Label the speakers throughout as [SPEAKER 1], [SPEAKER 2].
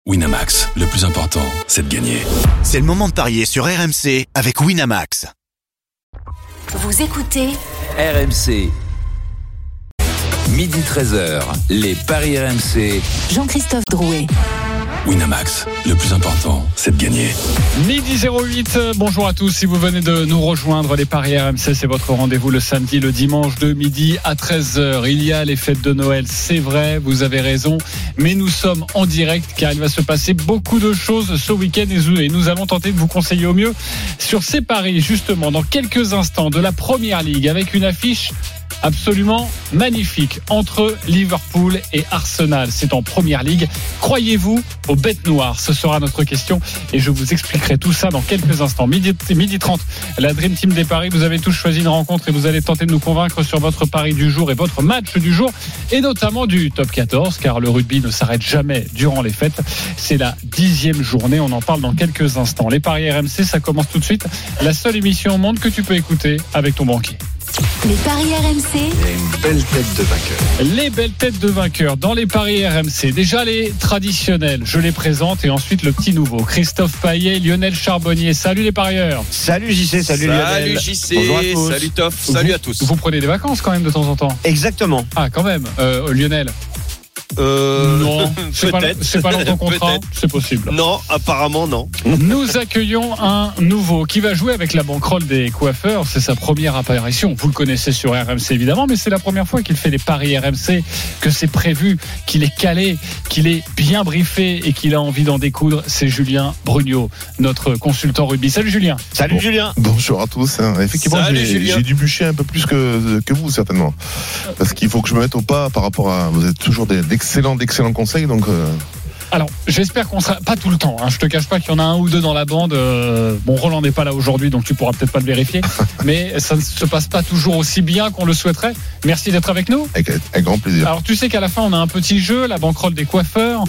[SPEAKER 1] Winamax, le plus important, c'est de gagner.
[SPEAKER 2] C'est le moment de parier sur RMC avec Winamax.
[SPEAKER 3] Vous écoutez
[SPEAKER 4] RMC. Midi 13h, les paris RMC.
[SPEAKER 3] Jean-Christophe Drouet.
[SPEAKER 1] Winamax, le plus important, c'est de gagner.
[SPEAKER 5] Midi 08, bonjour à tous. Si vous venez de nous rejoindre, les paris RMC, c'est votre rendez-vous le samedi, le dimanche de midi à 13h. Il y a les fêtes de Noël, c'est vrai, vous avez raison. Mais nous sommes en direct car il va se passer beaucoup de choses ce week-end et nous allons tenter de vous conseiller au mieux sur ces paris, justement, dans quelques instants de la Première Ligue avec une affiche absolument magnifique entre Liverpool et Arsenal. C'est en Première Ligue. Croyez-vous aux bêtes noires? Ce sera notre question et je vous expliquerai tout ça dans quelques instants. Midi 30, la Dream Team des paris. Vous avez tous choisi une rencontre et vous allez tenter de nous convaincre sur votre pari du jour et votre match du jour et notamment du top 14 car le rugby ne s'arrête jamais durant les fêtes. C'est la 10e journée. On en parle dans quelques instants. Les paris RMC, ça commence tout de suite. La seule émission au monde que tu peux écouter avec ton banquier.
[SPEAKER 3] Les paris RMC.
[SPEAKER 6] Il y a une belle tête de vainqueur.
[SPEAKER 5] Les belles têtes de vainqueurs dans les paris RMC. Déjà les traditionnels, je les présente et ensuite le petit nouveau. Christophe Payet, Lionel Charbonnier. Salut les parieurs.
[SPEAKER 7] Salut JC, salut Lionel.
[SPEAKER 6] Salut JC, salut Toff, salut à tous.
[SPEAKER 5] Vous prenez des vacances quand même de temps en temps?
[SPEAKER 7] Exactement.
[SPEAKER 5] Ah quand même, Lionel. Non, c'est pas dans ton contrat, c'est possible.
[SPEAKER 6] Non, apparemment non.
[SPEAKER 5] Nous accueillons un nouveau qui va jouer avec la banquerolle des coiffeurs. C'est sa première apparition. Vous le connaissez sur RMC évidemment, mais c'est la première fois qu'il fait les paris RMC, que c'est prévu, qu'il est calé, qu'il est bien briefé et qu'il a envie d'en découdre. C'est Julien Brugnot, notre consultant rugby. Salut Julien.
[SPEAKER 7] Salut Julien.
[SPEAKER 8] Bonjour à tous. Effectivement, j'ai dû bûcher un peu plus que vous certainement, parce qu'il faut que je me mette au pas par rapport à. Vous êtes toujours d'excellents conseils, donc.
[SPEAKER 5] Alors, j'espère qu'on sera pas tout le temps. Je te cache pas qu'il y en a un ou deux dans la bande. Bon, Roland n'est pas là aujourd'hui, donc tu pourras peut-être pas le vérifier. Mais ça ne se passe pas toujours aussi bien qu'on le souhaiterait. Merci d'être avec nous.
[SPEAKER 8] Avec grand plaisir.
[SPEAKER 5] Alors, tu sais qu'à la fin, on a un petit jeu, la banquerolle des coiffeurs.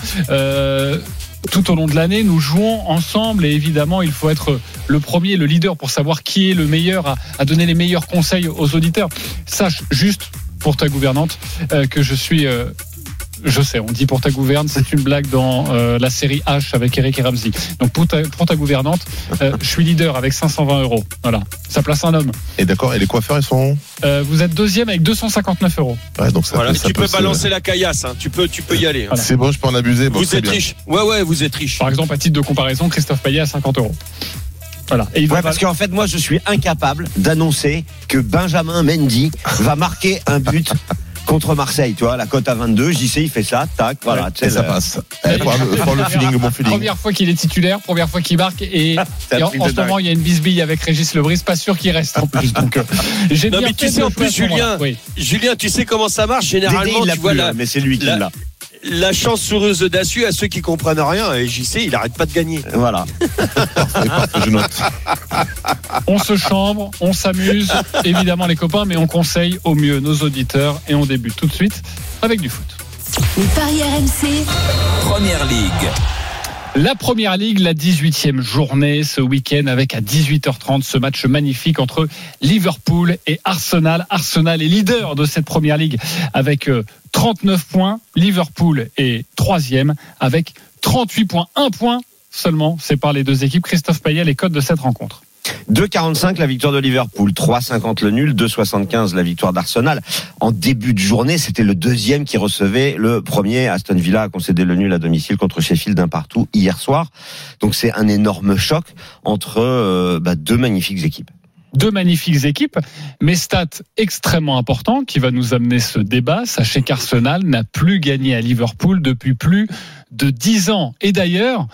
[SPEAKER 5] Tout au long de l'année, nous jouons ensemble et évidemment, il faut être le premier, le leader pour savoir qui est le meilleur à donner les meilleurs conseils aux auditeurs. Sache juste pour ta gouvernante que je suis. Je sais, on dit pour ta gouverne, c'est une blague dans la série H avec Eric et Ramsey. Donc pour ta gouvernante, je suis leader avec 520 €. Voilà, ça place un homme.
[SPEAKER 8] Et d'accord, et les coiffeurs, ils sont
[SPEAKER 5] vous êtes deuxième avec 259 €.
[SPEAKER 8] Ouais, donc ça
[SPEAKER 6] voilà,
[SPEAKER 8] ça
[SPEAKER 6] tu peux balancer la caillasse, hein. Tu peux y aller. Hein.
[SPEAKER 5] Voilà.
[SPEAKER 8] C'est bon, je peux en abuser. Bon,
[SPEAKER 6] vous êtes riche. Ouais, vous êtes riche.
[SPEAKER 5] Par exemple, à titre de comparaison, Christophe Payet à 50 €. Voilà. Et
[SPEAKER 7] parce qu'en fait, moi, je suis incapable d'annoncer que Benjamin Mendy va marquer un but contre Marseille, tu vois, la cote à 22, JC il fait ça, tac, voilà,
[SPEAKER 8] et ça passe. Pour le feeling, bon feeling.
[SPEAKER 5] Première fois qu'il est titulaire, première fois qu'il marque et en ce moment il y a une bisbille avec Régis Lebris, pas sûr qu'il reste en plus. Donc j'ai
[SPEAKER 6] non
[SPEAKER 5] bien
[SPEAKER 6] mais tu sais en plus Julien,
[SPEAKER 5] oui.
[SPEAKER 6] Julien, tu sais comment ça marche généralement,
[SPEAKER 7] Dédé,
[SPEAKER 6] tu vois
[SPEAKER 7] mais c'est lui qui l'a.
[SPEAKER 6] La chance soureuse d'Assu à ceux qui comprennent rien. Et JC, il arrête pas de gagner.
[SPEAKER 7] Voilà.
[SPEAKER 8] Parfait, je note.
[SPEAKER 5] On se chambre, on s'amuse, évidemment les copains, mais on conseille au mieux nos auditeurs et on débute tout de suite avec du foot.
[SPEAKER 3] Les paris RMC.
[SPEAKER 4] Première Ligue.
[SPEAKER 5] La Première Ligue, la 18e journée ce week-end avec à 18h30 ce match magnifique entre Liverpool et Arsenal. Arsenal est leader de cette Première Ligue avec 39 points. Liverpool est 3e avec 38 points. 1 point seulement sépare les deux équipes. Christophe Payet, les codes de cette rencontre.
[SPEAKER 7] 2,45 la victoire de Liverpool, 3,50 le nul, 2,75 la victoire d'Arsenal. En début de journée, c'était le deuxième qui recevait le premier. Aston Villa a concédé le nul à domicile contre Sheffield d'un partout hier soir. Donc c'est un énorme choc entre deux magnifiques équipes.
[SPEAKER 5] Deux magnifiques équipes, mais stat extrêmement important qui va nous amener ce débat. Sachez qu'Arsenal n'a plus gagné à Liverpool depuis plus de 10 ans. Et d'ailleurs,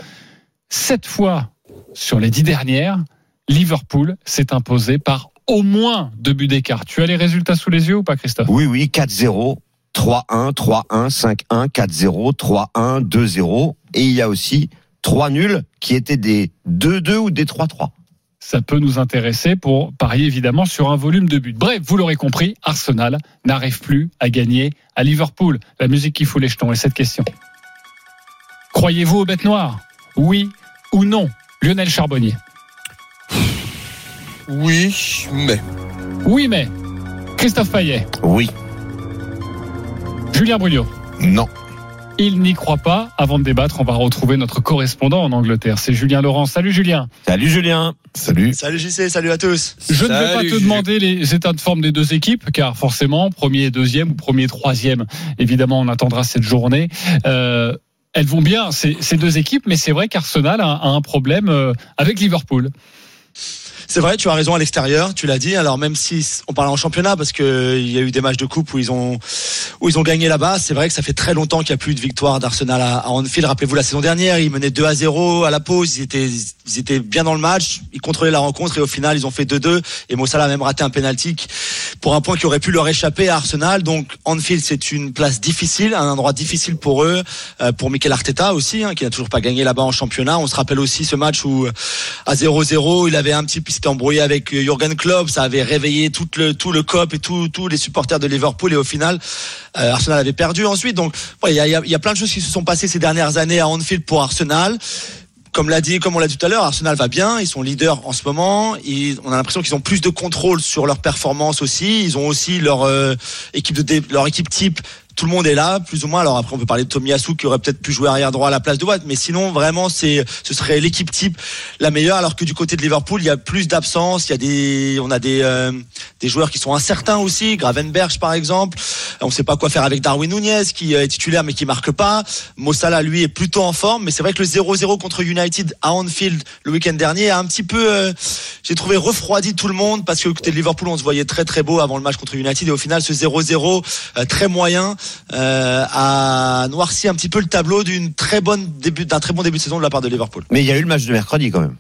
[SPEAKER 5] 7 fois sur les 10 dernières, Liverpool s'est imposé par au moins 2 buts d'écart. Tu as les résultats sous les yeux ou pas, Christophe?
[SPEAKER 7] Oui, 4-0, 3-1, 3-1, 5-1, 4-0, 3-1, 2-0. Et il y a aussi 3 nuls qui étaient des 2-2 ou des 3-3.
[SPEAKER 5] Ça peut nous intéresser pour parier évidemment sur un volume de buts. Bref, vous l'aurez compris, Arsenal n'arrive plus à gagner à Liverpool. La musique qui fout les jetons est cette question. Croyez-vous aux bêtes noires? Oui ou non? Lionel Charbonnier.
[SPEAKER 6] Oui, mais.
[SPEAKER 5] Oui, mais. Christophe Payet.
[SPEAKER 7] Oui.
[SPEAKER 5] Julien Brugnot.
[SPEAKER 8] Non.
[SPEAKER 5] il n'y croit pas. Avant de débattre, on va retrouver notre correspondant en Angleterre. C'est Julien Laurence. Salut Julien.
[SPEAKER 7] Salut Julien.
[SPEAKER 8] Salut.
[SPEAKER 6] Salut JC, salut à tous.
[SPEAKER 5] Je ne vais pas te demander les états de forme des deux équipes, car forcément, premier et deuxième ou premier et troisième, évidemment, on attendra cette journée. Elles vont bien, ces deux équipes, mais c'est vrai qu'Arsenal a un problème avec Liverpool.
[SPEAKER 6] C'est vrai, tu as raison à l'extérieur, tu l'as dit. Alors même si on parle en championnat, parce que il y a eu des matchs de coupe où ils ont gagné là-bas, c'est vrai que ça fait très longtemps qu'il n'y a plus de victoire d'Arsenal à Anfield. Rappelez-vous la saison dernière, ils menaient 2-0 à la pause, ils étaient bien dans le match, ils contrôlaient la rencontre et au final ils ont fait 2-2 et Mo Salah a même raté un penalty pour un point qui aurait pu leur échapper à Arsenal. Donc Anfield, c'est une place difficile, un endroit difficile pour eux, pour Mikel Arteta aussi, qui n'a toujours pas gagné là-bas en championnat. On se rappelle aussi ce match où à 0-0, il avait s'était embrouillé avec Jürgen Klopp, ça avait réveillé tout le COP et tous les supporters de Liverpool et au final Arsenal avait perdu ensuite. Donc il y a plein de choses qui se sont passées ces dernières années à Anfield pour Arsenal. Comme on l'a dit tout à l'heure, Arsenal va bien, ils sont leaders en ce moment, on a l'impression qu'ils ont plus de contrôle sur leur performance aussi, ils ont aussi leur équipe type. Tout le monde est là, plus ou moins. Alors après, on peut parler de Tomiyasu qui aurait peut-être pu jouer arrière droit à la place de Watt, mais sinon vraiment ce serait l'équipe type la meilleure. Alors que du côté de Liverpool, il y a plus d'absence. On a des joueurs qui sont incertains aussi. Gravenberch par exemple. On ne sait pas quoi faire avec Darwin Nunez qui est titulaire mais qui marque pas. Mo Salah lui est plutôt en forme, mais c'est vrai que le 0-0 contre United à Anfield le week-end dernier a un petit peu, j'ai trouvé refroidi tout le monde parce que côté de Liverpool, on se voyait très très beau avant le match contre United et au final ce 0-0 très moyen. A noirci un petit peu le tableau d'un très bon début de saison de la part de Liverpool.
[SPEAKER 7] Mais il y a eu le match de mercredi quand même.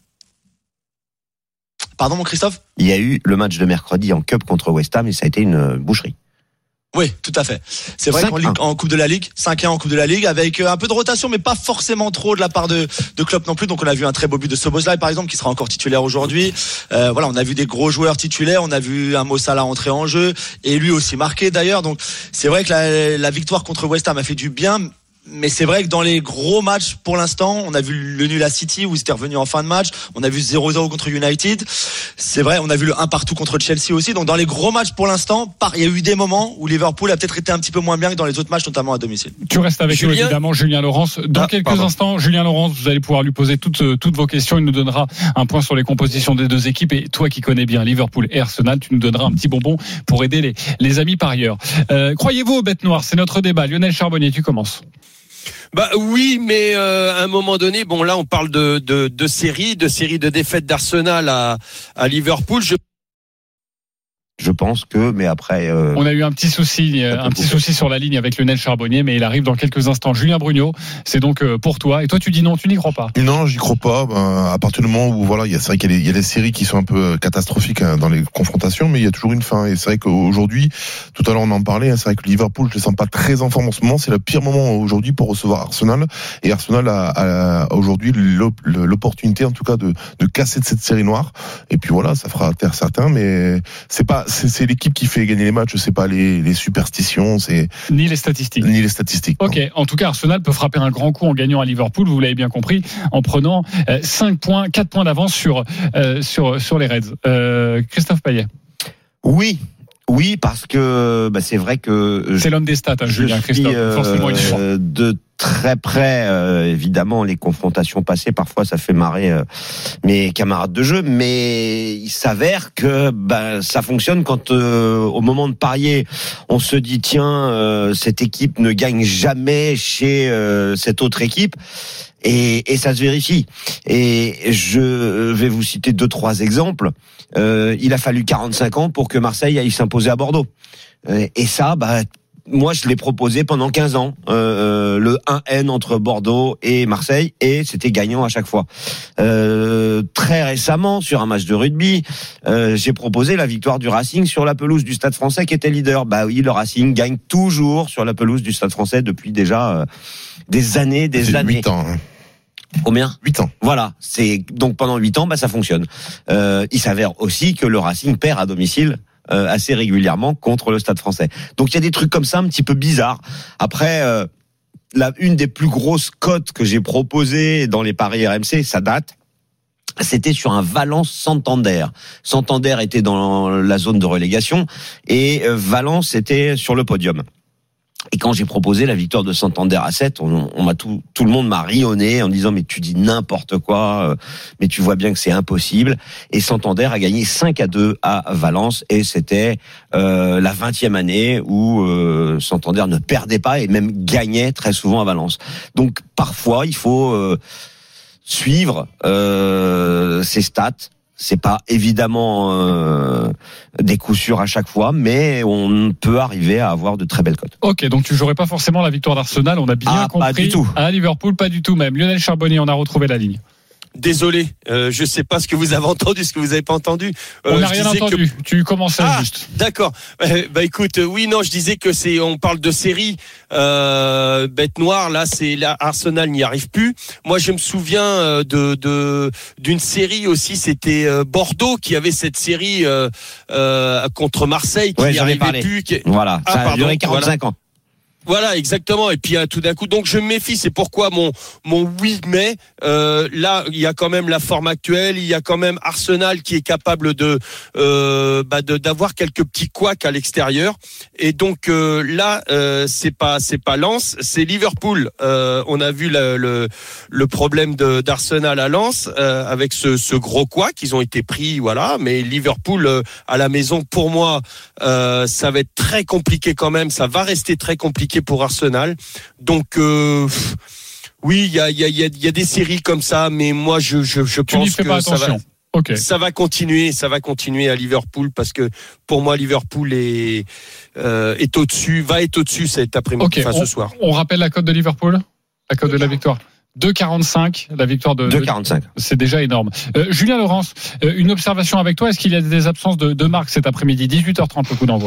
[SPEAKER 6] Pardon mon Christophe ?
[SPEAKER 7] Il y a eu le match de mercredi en Cup contre West Ham et ça a été une boucherie.
[SPEAKER 6] Oui, tout à fait. C'est vrai qu'en Coupe de la Ligue, 5-1 en Coupe de la Ligue, avec un peu de rotation, mais pas forcément trop de la part de Klopp non plus. Donc on a vu un très beau but de Szoboszlai par exemple, qui sera encore titulaire aujourd'hui. On a vu des gros joueurs titulaires, on a vu un Mo Salah entrer en jeu et lui aussi marqué d'ailleurs. Donc c'est vrai que la victoire contre West Ham a fait du bien. Mais c'est vrai que dans les gros matchs pour l'instant, on a vu le nul à City où c'était revenu en fin de match, on a vu 0-0 contre United, c'est vrai, on a vu le 1 partout contre Chelsea aussi. Donc dans les gros matchs pour l'instant, il y a eu des moments où Liverpool a peut-être été un petit peu moins bien que dans les autres matchs, notamment à domicile.
[SPEAKER 5] Tu restes avec nous évidemment, Julien Laurence. Dans quelques instants, Julien Laurence, vous allez pouvoir lui poser toutes vos questions. Il nous donnera un point sur les compositions des deux équipes et toi qui connais bien Liverpool et Arsenal, tu nous donneras un petit bonbon pour aider les amis parieurs. Croyez-vous aux bêtes noires ? C'est notre débat. Lionel Charbonnier, tu commences.
[SPEAKER 6] Bah oui, mais à un moment donné, bon là on parle de séries de défaites d'Arsenal à Liverpool.
[SPEAKER 7] Je pense que, mais après.
[SPEAKER 5] On a eu un petit souci sur la ligne avec Lionel Charbonnier, mais il arrive dans quelques instants. Julien Brugnot, c'est donc pour toi. Et toi, tu dis non, tu n'y crois pas.
[SPEAKER 8] Non, j'y crois pas. À partir du moment où c'est vrai qu'il y a des séries qui sont un peu catastrophiques dans les confrontations, mais il y a toujours une fin. Et c'est vrai qu'aujourd'hui, tout à l'heure on en parlait, c'est vrai que Liverpool, je les sens pas très en forme en ce moment. C'est le pire moment aujourd'hui pour recevoir Arsenal. Et Arsenal a aujourd'hui l'opportunité, en tout cas, de casser de cette série noire. Et puis voilà, ça fera taire certains, mais c'est l'équipe qui fait gagner les matchs, c'est pas les superstitions,
[SPEAKER 5] ni les statistiques. Ok,
[SPEAKER 8] non.
[SPEAKER 5] En tout cas, Arsenal peut frapper un grand coup en gagnant à Liverpool, vous l'avez bien compris, en prenant 4 points d'avance sur les Reds. Christophe Payet.
[SPEAKER 7] Oui, parce que c'est vrai que
[SPEAKER 5] c'est l'homme des stats, Julien. Christophe, forcément il faut.
[SPEAKER 7] De très près, évidemment, les confrontations passées, parfois ça fait marrer mes camarades de jeu, mais il s'avère que ça fonctionne quand au moment de parier, on se dit tiens, cette équipe ne gagne jamais chez cette autre équipe. Et ça se vérifie. Et je vais vous citer 2-3 exemples. Il a fallu 45 ans pour que Marseille aille s'imposer à Bordeaux. Et ça, moi, je l'ai proposé pendant 15 ans. Le 1N entre Bordeaux et Marseille, et c'était gagnant à chaque fois. Très récemment, sur un match de rugby, j'ai proposé la victoire du Racing sur la pelouse du Stade Français qui était leader. Oui, le Racing gagne toujours sur la pelouse du Stade Français depuis déjà des années.
[SPEAKER 8] 8 ans.
[SPEAKER 7] Combien ?
[SPEAKER 8] 8 ans.
[SPEAKER 7] Voilà, c'est donc pendant 8 ans, ça fonctionne. Il s'avère aussi que le Racing perd à domicile assez régulièrement contre le Stade Français. Donc il y a des trucs comme ça un petit peu bizarres. Après, une des plus grosses cotes que j'ai proposées dans les paris RMC, ça date. C'était sur un Valence Santander. Santander était dans la zone de relégation et Valence était sur le podium. Et quand j'ai proposé la victoire de Santander à 7, on m'a tout le monde m'a rionné en disant mais tu dis n'importe quoi, mais tu vois bien que c'est impossible. Et Santander a gagné 5-2 à Valence et c'était la 20e année où Santander ne perdait pas et même gagnait très souvent à Valence. Donc parfois il faut suivre ces stats. C'est pas évidemment des coups sûrs à chaque fois, mais on peut arriver à avoir de très belles cotes.
[SPEAKER 5] Ok, donc tu jouerais pas forcément la victoire d'Arsenal, on a bien compris.
[SPEAKER 7] Pas du tout.
[SPEAKER 5] À Liverpool, pas du tout même. Lionel Charbonnier, on a retrouvé la ligne.
[SPEAKER 9] Désolé, je sais pas ce que vous avez entendu, ce que vous avez pas entendu.
[SPEAKER 5] On n'a rien entendu. Tu commençais juste.
[SPEAKER 9] D'accord. Bah écoute, oui, non, je disais que on parle de série bête noire. Là, Arsenal n'y arrive plus. Moi, je me souviens d'une série aussi. C'était Bordeaux qui avait cette série contre Marseille qui n'y arrivait plus.
[SPEAKER 7] Voilà, ça a duré 45 ans.
[SPEAKER 9] Voilà, exactement. Et puis tout d'un coup, donc je me méfie. C'est pourquoi mon oui, mais là, il y a quand même la forme actuelle. Il y a quand même Arsenal qui est capable d'avoir quelques petits couacs à l'extérieur. Et donc là, c'est pas Lens, c'est Liverpool. On a vu le problème d'Arsenal à Lens avec ce gros couac. Ils ont été pris, voilà. Mais Liverpool à la maison, pour moi, ça va être très compliqué quand même. Ça va rester très compliqué pour Arsenal. Donc oui, il y a des séries comme ça, mais moi je pense que ça va continuer à Liverpool parce que pour moi Liverpool est au-dessus, va être au-dessus cet après-midi, ce soir.
[SPEAKER 5] On rappelle la cote de Liverpool, la cote de la victoire. 2,45, la victoire de
[SPEAKER 7] 2,45.
[SPEAKER 5] C'est déjà énorme. Julien Laurence, une observation avec toi. Est-ce qu'il y a des absences de marque cet après-midi? 18h30 le coup d'envoi.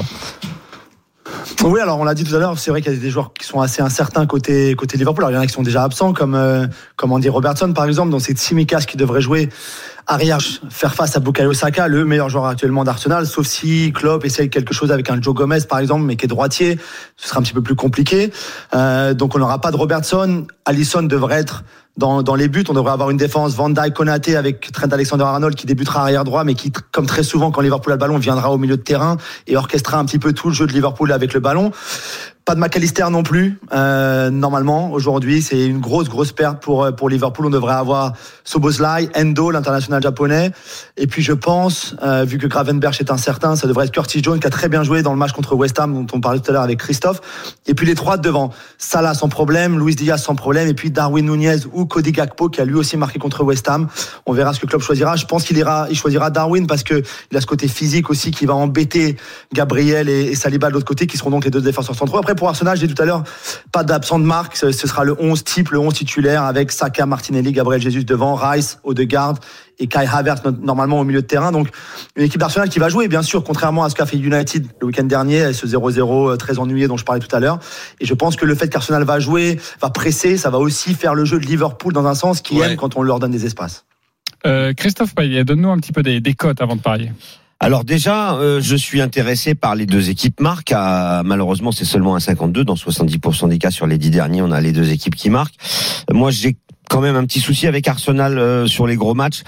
[SPEAKER 6] Oui, alors on l'a dit tout à l'heure, c'est vrai qu'il y a des joueurs qui sont assez incertains côté Liverpool. Alors il y en a qui sont déjà absents, comme Andy Robertson par exemple. Donc c'est Tsimikas qui devrait jouer arrière, faire face à Bukayo Saka, le meilleur joueur actuellement d'Arsenal, sauf si Klopp essaye quelque chose avec un Joe Gomez par exemple, mais qui est droitier, ce sera un petit peu plus compliqué. Donc on n'aura pas de Robertson. Alisson devrait être dans les buts. On devrait avoir une défense Van Dijk, Konaté avec Trent Alexander-Arnold qui débutera arrière droit, mais qui, comme très souvent quand Liverpool a le ballon, viendra au milieu de terrain et orchestrera un petit peu tout le jeu de Liverpool avec le ballon. Pas de McAllister non plus. Normalement, aujourd'hui, c'est une grosse perte pour Liverpool. On devrait avoir Szoboszlai, Endo, l'international japonais. Et puis, je pense, vu que Gravenberch est incertain, ça devrait être Curtis Jones qui a très bien joué dans le match contre West Ham, dont on parlait tout à l'heure avec Christophe. Et puis, les trois devant. Salah sans problème, Luis Diaz sans problème, et puis Darwin Nunez ou Cody Gakpo qui a lui aussi marqué contre West Ham. On verra ce que Klopp choisira. Je pense qu'il choisira Darwin parce que il a ce côté physique aussi qui va embêter Gabriel et Saliba de l'autre côté, qui seront donc les deux défenseurs centraux. Après, pour Arsenal, j'ai dit tout à l'heure, pas d'absent de marque. Ce sera le 11 type, le 11 titulaire avec Saka, Martinelli, Gabriel Jesus devant, Rice, Odegaard et Kai Havertz normalement au milieu de terrain. Donc une équipe d'Arsenal qui va jouer, bien sûr, contrairement à ce qu'a fait United le week-end dernier, ce 0-0 très ennuyé dont je parlais tout à l'heure. Et je pense que le fait qu'Arsenal va jouer, va presser, ça va aussi faire le jeu de Liverpool dans un sens qui aime quand on leur donne des espaces.
[SPEAKER 5] Christophe Payet, donne-nous un petit peu des cotes avant de parier.
[SPEAKER 7] Alors déjà, je suis intéressé par les deux équipes marquent. Malheureusement, c'est seulement un 52. Dans 70% des cas sur les 10 derniers, on a les deux équipes qui marquent. Moi, j'ai quand même un petit souci avec Arsenal sur les gros matchs.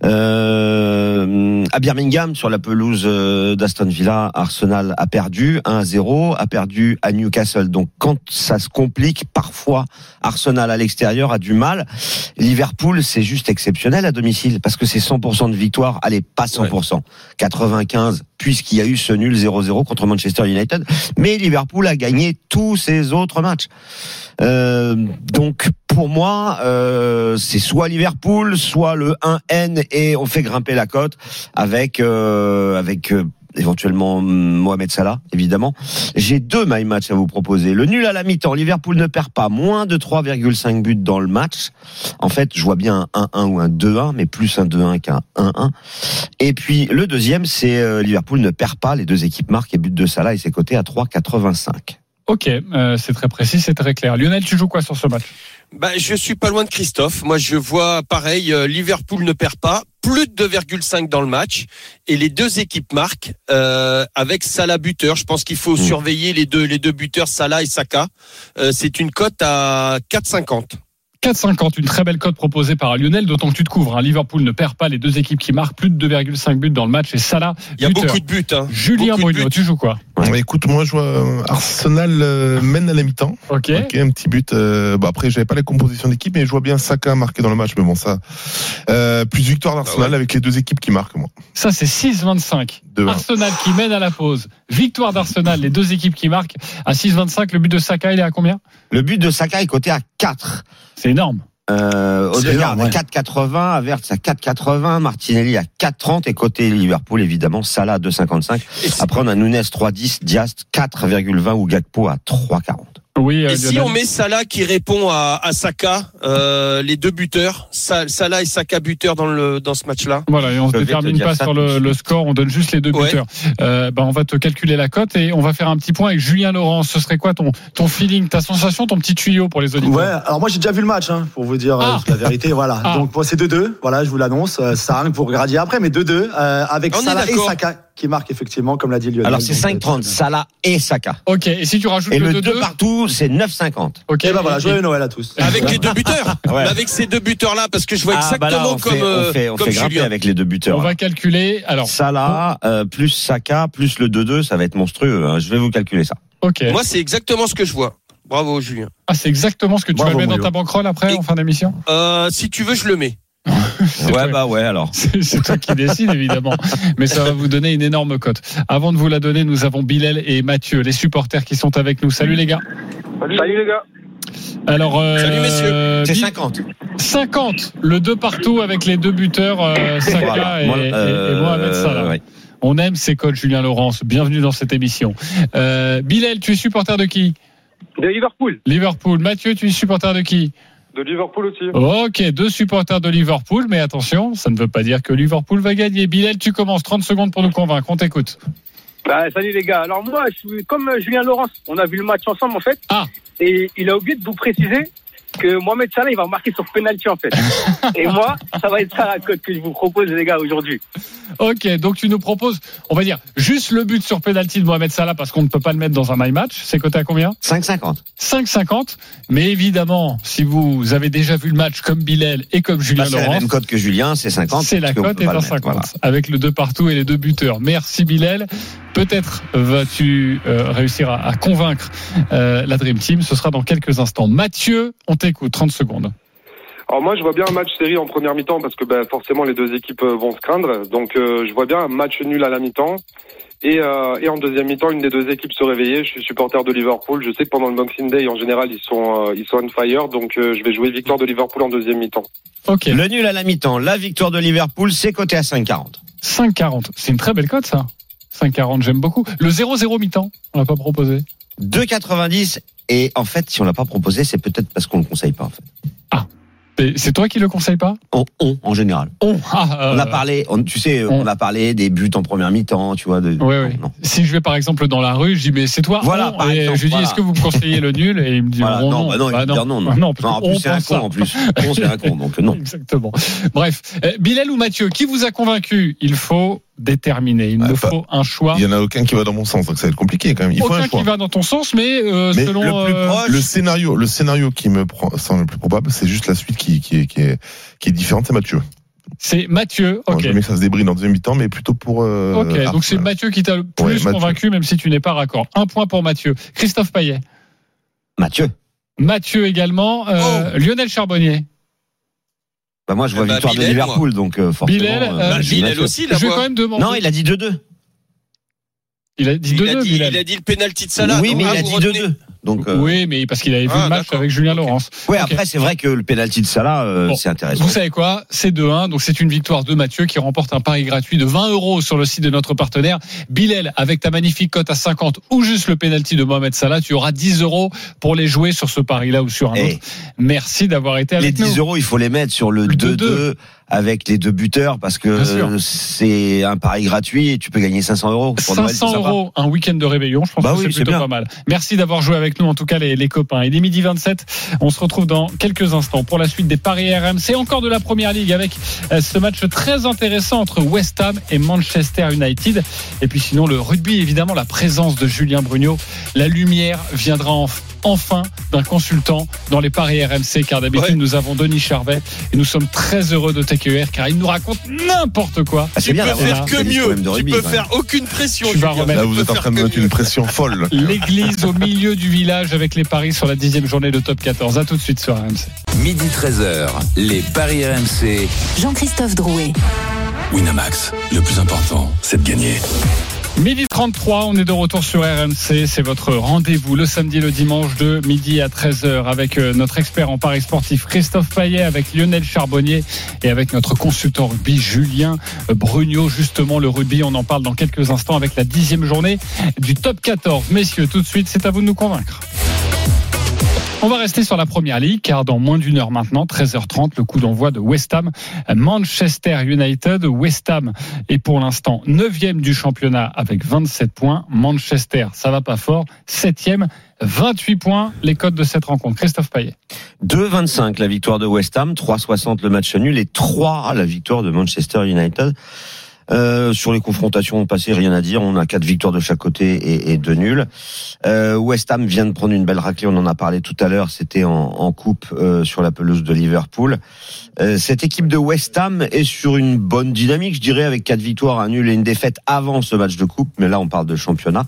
[SPEAKER 7] À Birmingham, sur la pelouse d'Aston Villa, Arsenal a perdu 1-0, a perdu à Newcastle. Donc quand ça se complique, parfois Arsenal à l'extérieur a du mal. Liverpool, c'est juste exceptionnel à domicile parce que c'est 100% de victoire. Allez, pas 100%, ouais. 95 puisqu'il y a eu ce nul 0-0 contre Manchester United. Mais Liverpool a gagné tous ses autres matchs. Donc pour moi, c'est soit Liverpool, soit le 1N et on fait grimper la cote avec éventuellement Mohamed Salah, évidemment. J'ai deux my match à vous proposer. Le nul à la mi-temps, Liverpool ne perd pas, moins de 3,5 buts dans le match. En fait, je vois bien un 1-1 ou un 2-1, mais plus un 2-1 qu'un 1-1. Et puis, le deuxième, c'est Liverpool ne perd pas, les deux équipes marquent et but de Salah et c'est coté à 3,85. Ok,
[SPEAKER 5] c'est très précis, c'est très clair. Lionel, tu joues quoi sur ce match ?
[SPEAKER 9] Je suis pas loin de Christophe. Moi, je vois pareil, Liverpool ne perd pas, plus de 2,5 dans le match, et les deux équipes marquent avec Salah buteur. Je pense qu'il faut surveiller les deux buteurs, Salah et Saka. C'est une cote à 4,50.
[SPEAKER 5] 4,50, une très belle cote proposée par Lionel, d'autant que tu te couvres. Liverpool ne perd pas, les deux équipes qui marquent plus de 2,5 buts dans le match et Salah.
[SPEAKER 9] Il y a beaucoup de buts.
[SPEAKER 5] Julien Bruno, tu joues quoi ?
[SPEAKER 8] Écoute, moi je vois Arsenal mène à la mi-temps.
[SPEAKER 5] Ok.
[SPEAKER 8] Un petit but. Après, j'avais pas la composition d'équipe, mais je vois bien Saka marqué dans le match. Mais bon, ça. Plus victoire d'Arsenal avec les deux équipes qui marquent, moi.
[SPEAKER 5] Ça, c'est 6-25. Arsenal qui mène à la pause. Victoire d'Arsenal, les deux équipes qui marquent à 6-25. Le but de Saka, il est à combien ?
[SPEAKER 7] Le but de Saka est coté à 4.
[SPEAKER 5] C'est énorme.
[SPEAKER 7] Odegaard à 4,80, Havertz à 4,80, Martinelli à 4,30 et côté Liverpool évidemment Salah à 2,55. Après on a Nunes 3,10, Diaz 4,20 ou Gakpo à 3,40.
[SPEAKER 5] Oui,
[SPEAKER 9] et si on met Salah qui répond à Saka, les deux buteurs, Salah et Saka buteurs dans ce match-là.
[SPEAKER 5] Voilà, et on ne se détermine pas sur le score, on donne juste les deux buteurs. On va te calculer la cote et on va faire un petit point avec Julien Laurent. Ce serait quoi ton feeling, ta sensation, ton petit tuyau pour les auditeurs ?
[SPEAKER 10] Ouais, alors moi j'ai déjà vu le match, pour vous dire la vérité. Voilà. Donc moi c'est 2-2. Voilà, je vous l'annonce. Ça sert à rien pour gradier après, mais 2-2 avec Salah et Saka qui marque effectivement, comme l'a dit Lionel.
[SPEAKER 7] Alors c'est 5,30, Salah et Saka.
[SPEAKER 5] Ok, et si tu rajoutes
[SPEAKER 7] et
[SPEAKER 5] le
[SPEAKER 7] 2 partout, c'est 9,50.
[SPEAKER 5] Ok.
[SPEAKER 10] Et voilà, joyeux Noël à tous.
[SPEAKER 9] Avec les deux buteurs. Avec ces deux buteurs-là, parce que je vois exactement
[SPEAKER 7] on fait grimper avec les deux buteurs.
[SPEAKER 5] On va calculer. Alors
[SPEAKER 7] Salah plus Saka plus le 2-2, ça va être monstrueux. Je vais vous calculer ça.
[SPEAKER 5] Ok.
[SPEAKER 9] Moi, c'est exactement ce que je vois. Bravo, Julien.
[SPEAKER 5] Ah, c'est exactement ce que tu vas mettre dans ta bankroll après, en fin d'émission ?
[SPEAKER 9] Si tu veux, je le mets.
[SPEAKER 7] Alors.
[SPEAKER 5] C'est toi qui décide évidemment, mais ça va vous donner une énorme cote. Avant de vous la donner, nous avons Bilal et Mathieu, les supporters qui sont avec nous. Salut les gars.
[SPEAKER 11] Salut les gars.
[SPEAKER 5] Alors,
[SPEAKER 9] salut messieurs.
[SPEAKER 7] C'est 50.
[SPEAKER 5] 50, le 2 partout avec les deux buteurs Saka et Mohamed Salah. Ouais. On aime ces cotes, Julien Laurence. Bienvenue dans cette émission. Bilal, tu es supporter de qui ?
[SPEAKER 11] De Liverpool.
[SPEAKER 5] Liverpool. Mathieu, tu es supporter de qui ?
[SPEAKER 11] De Liverpool aussi.
[SPEAKER 5] Ok, 2 supporters de Liverpool, mais attention, ça ne veut pas dire que Liverpool va gagner. Bilal, tu commences, 30 secondes pour nous convaincre, on t'écoute.
[SPEAKER 11] Salut les gars, alors moi, je suis comme Julien Laurence, on a vu le match ensemble en fait, et il a oublié de vous préciser que Mohamed Salah, il va marquer sur penalty en fait. Et moi, ça va être ça la cote que je vous propose les gars aujourd'hui.
[SPEAKER 5] Ok, donc tu nous proposes, on va dire, juste le but sur penalty de Mohamed Salah parce qu'on ne peut pas le mettre dans un my match. C'est coté à combien ?
[SPEAKER 7] 5,50.
[SPEAKER 5] 5,50. Mais évidemment, si vous avez déjà vu le match comme Bilal et comme Julien Laurent,
[SPEAKER 7] c'est la même cote que Julien, c'est 50.
[SPEAKER 5] C'est la cote est à 50. Voilà. Avec le 2 partout et les deux buteurs. Merci Bilal. Peut-être vas-tu réussir à convaincre la Dream Team. Ce sera dans quelques instants. Mathieu, on t'écoute, 30 secondes.
[SPEAKER 11] Alors moi je vois bien un match série en première mi-temps parce que forcément les deux équipes vont se craindre. Donc je vois bien un match nul à la mi-temps. Et en deuxième mi-temps, une des deux équipes se réveiller. Je suis supporter de Liverpool. Je sais que pendant le Boxing Day, en général, ils sont on fire. Donc je vais jouer victoire de Liverpool en deuxième mi-temps.
[SPEAKER 5] Ok.
[SPEAKER 7] Le nul à la mi-temps, la victoire de Liverpool, c'est coté à 5,40.
[SPEAKER 5] 5,40. C'est une très belle cote ça. 5,40, j'aime beaucoup. Le 0-0 mi-temps, on l'a pas proposé.
[SPEAKER 7] 2,90. Et en fait, si on l'a pas proposé, c'est peut-être parce qu'on le conseille pas en fait.
[SPEAKER 5] Ah. C'est toi qui le conseille pas ?
[SPEAKER 7] En général. On a parlé, on a parlé des buts en première mi-temps, tu vois.
[SPEAKER 5] Oui. Non. Si je vais par exemple dans la rue, je dis mais c'est toi.
[SPEAKER 7] Voilà.
[SPEAKER 5] Et exemple, je dis est-ce que vous me conseillez le nul ? Et il me dit
[SPEAKER 7] voilà, non. En plus c'est un con. En plus, c'est un con. Donc non.
[SPEAKER 5] Exactement. Bref, Bilal ou Mathieu, qui vous a convaincu ? Il faut déterminer. Il nous faut un choix.
[SPEAKER 8] Il y en a aucun qui va dans mon sens, donc ça va être compliqué quand même. Il faut un choix.
[SPEAKER 5] Qui va dans ton sens, mais selon
[SPEAKER 8] le plus proche, le scénario qui me semble le plus probable, c'est juste la suite qui est différente, c'est Mathieu.
[SPEAKER 5] C'est Mathieu, ok.
[SPEAKER 8] Jamais que ça se débride en deuxième mi-temps, mais plutôt pour.
[SPEAKER 5] Ok, donc c'est Mathieu qui t'a le plus convaincu, même si tu n'es pas raccord. Un point pour Mathieu. Christophe Payet. Mathieu également. Lionel Charbonnier.
[SPEAKER 7] Moi, je vois victoire de Liverpool, donc forcément.
[SPEAKER 9] Bilal aussi, là.
[SPEAKER 5] Je vais quand même demander.
[SPEAKER 7] Non, il a dit 2-2.
[SPEAKER 5] Il a dit 2-2.
[SPEAKER 9] Il a dit le penalty de Salah.
[SPEAKER 7] Oui, mais il a dit 2-2. Donc,
[SPEAKER 5] oui, mais parce qu'il avait vu le match avec Julien Laurence.
[SPEAKER 7] Oui, après, c'est vrai que le penalty de Salah, c'est intéressant.
[SPEAKER 5] Vous savez quoi ? C'est 2-1, donc c'est une victoire de Mathieu qui remporte un pari gratuit de 20 € sur le site de notre partenaire. Bilal, avec ta magnifique cote à 50 ou juste le penalty de Mohamed Salah, tu auras 10 € pour les jouer sur ce pari-là ou sur un autre. Merci d'avoir été avec nous.
[SPEAKER 7] Les 10 €, il faut les mettre sur le 2-2 avec les deux buteurs parce que c'est un pari gratuit et tu peux gagner 500 €.
[SPEAKER 5] 500 €, un week-end de réveillon, je pense que c'est plutôt pas mal. Merci d'avoir joué avec nous, en tout cas les copains. Il est 12h27, on se retrouve dans quelques instants pour la suite des paris RMC, encore de la Première Ligue avec ce match très intéressant entre West Ham et Manchester United. Et puis sinon le rugby, évidemment, la présence de Julien Brugnaud. La lumière viendra enfin d'un consultant dans les paris RMC, car d'habitude nous avons Denis Charvet et nous sommes très heureux de t'accueillir car il nous raconte n'importe quoi.
[SPEAKER 9] Tu peux faire que mieux, tu peux faire aucune pression.
[SPEAKER 8] Là vous êtes en train de mettre une pression folle.
[SPEAKER 5] L'église au milieu du village avec les paris sur la 10e journée de Top 14. À tout de suite sur RMC.
[SPEAKER 4] Midi 13h, les paris RMC.
[SPEAKER 3] Jean-Christophe Drouet.
[SPEAKER 1] Winamax, le plus important, c'est de gagner.
[SPEAKER 5] Midi 33, on est de retour sur RMC. C'est votre rendez-vous le samedi et le dimanche de midi à 13h avec notre expert en paris sportif Christophe Payet, avec Lionel Charbonnier et avec notre consultant rugby Julien Brugnot. Justement, le rugby, on en parle dans quelques instants avec la 10e journée du Top 14. Messieurs, tout de suite, c'est à vous de nous convaincre. On va rester sur la première ligue car dans moins d'une heure maintenant, 13h30, le coup d'envoi de West Ham Manchester United. West Ham est pour l'instant 9e du championnat avec 27 points. Manchester, ça va pas fort, 7e, 28 points. Les codes de cette rencontre, Christophe Payet.
[SPEAKER 7] 2,25 la victoire de West Ham, 3,60 le match nul et 3 la victoire de Manchester United. Sur les confrontations passées, rien à dire. On a 4 victoires de chaque côté et 2 nuls. West Ham vient de prendre une belle raclée. On en a parlé tout à l'heure. C'était en coupe sur la pelouse de Liverpool. Cette équipe de West Ham est sur une bonne dynamique, je dirais, avec 4 victoires, un nul et une défaite avant ce match de coupe. Mais là, on parle de championnat.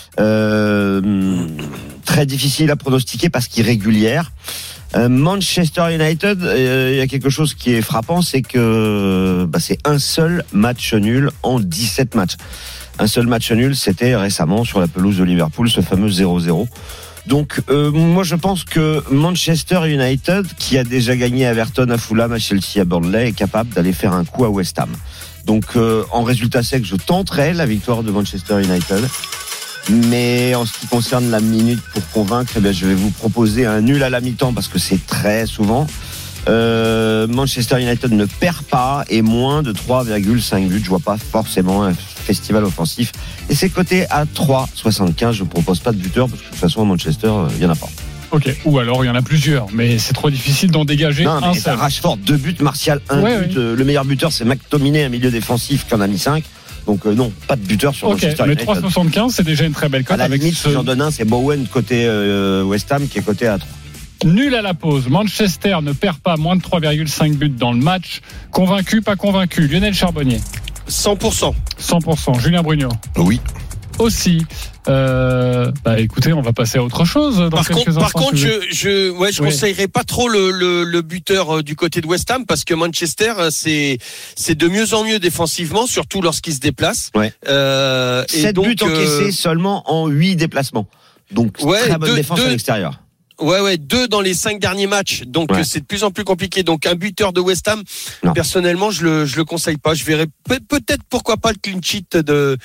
[SPEAKER 7] Très difficile à pronostiquer parce qu'irrégulière. Manchester United, il y a quelque chose qui est frappant, c'est que c'est un seul match nul en 17 matchs. Un seul match nul, c'était récemment sur la pelouse de Liverpool, ce fameux 0-0. Donc moi je pense que Manchester United, qui a déjà gagné à Everton, à Fulham, à Chelsea, à Burnley, est capable d'aller faire un coup à West Ham. Donc en résultat sec, je tenterai la victoire de Manchester United. Mais en ce qui concerne la minute pour convaincre, je vais vous proposer un nul à la mi-temps parce que c'est très souvent. Manchester United ne perd pas et moins de 3,5 buts. Je vois pas forcément un festival offensif. Et c'est coté à 3,75. Je propose pas de buteur parce que de toute façon à Manchester, il y en a pas.
[SPEAKER 5] Ok, ou alors il y en a plusieurs, mais c'est trop difficile d'en dégager un seul.
[SPEAKER 7] Rashford, 2 buts, Martial, 1 but. Ouais. Le meilleur buteur, c'est McTominay, un milieu défensif qui en a mis 5. Donc non, pas de buteur sur Manchester United.
[SPEAKER 5] Mais 3,75, c'est déjà une très belle cote.
[SPEAKER 7] À la limite, si j'en donne un, c'est Bowen côté West Ham qui est coté à 3.
[SPEAKER 5] Nul à la pause. Manchester ne perd pas, moins de 3,5 buts dans le match. Convaincu, pas convaincu. Lionel Charbonnier.
[SPEAKER 9] 100%.
[SPEAKER 5] 100%. Julien Brugnot.
[SPEAKER 8] Oui.
[SPEAKER 5] Aussi. Écoutez, on va passer à autre chose dans quelques instants.
[SPEAKER 9] Par contre, je conseillerais pas trop le buteur du côté de West Ham parce que Manchester, c'est de mieux en mieux défensivement, surtout lorsqu'il se déplace.
[SPEAKER 7] Ouais. 7 buts encaissés seulement en 8 déplacements. Donc très bonne défense à l'extérieur.
[SPEAKER 9] Ouais, 2 dans les 5 derniers matchs. Donc c'est de plus en plus compliqué. Donc un buteur de West Ham, personnellement, je le conseille pas. Je verrais peut-être pourquoi pas le clean sheet de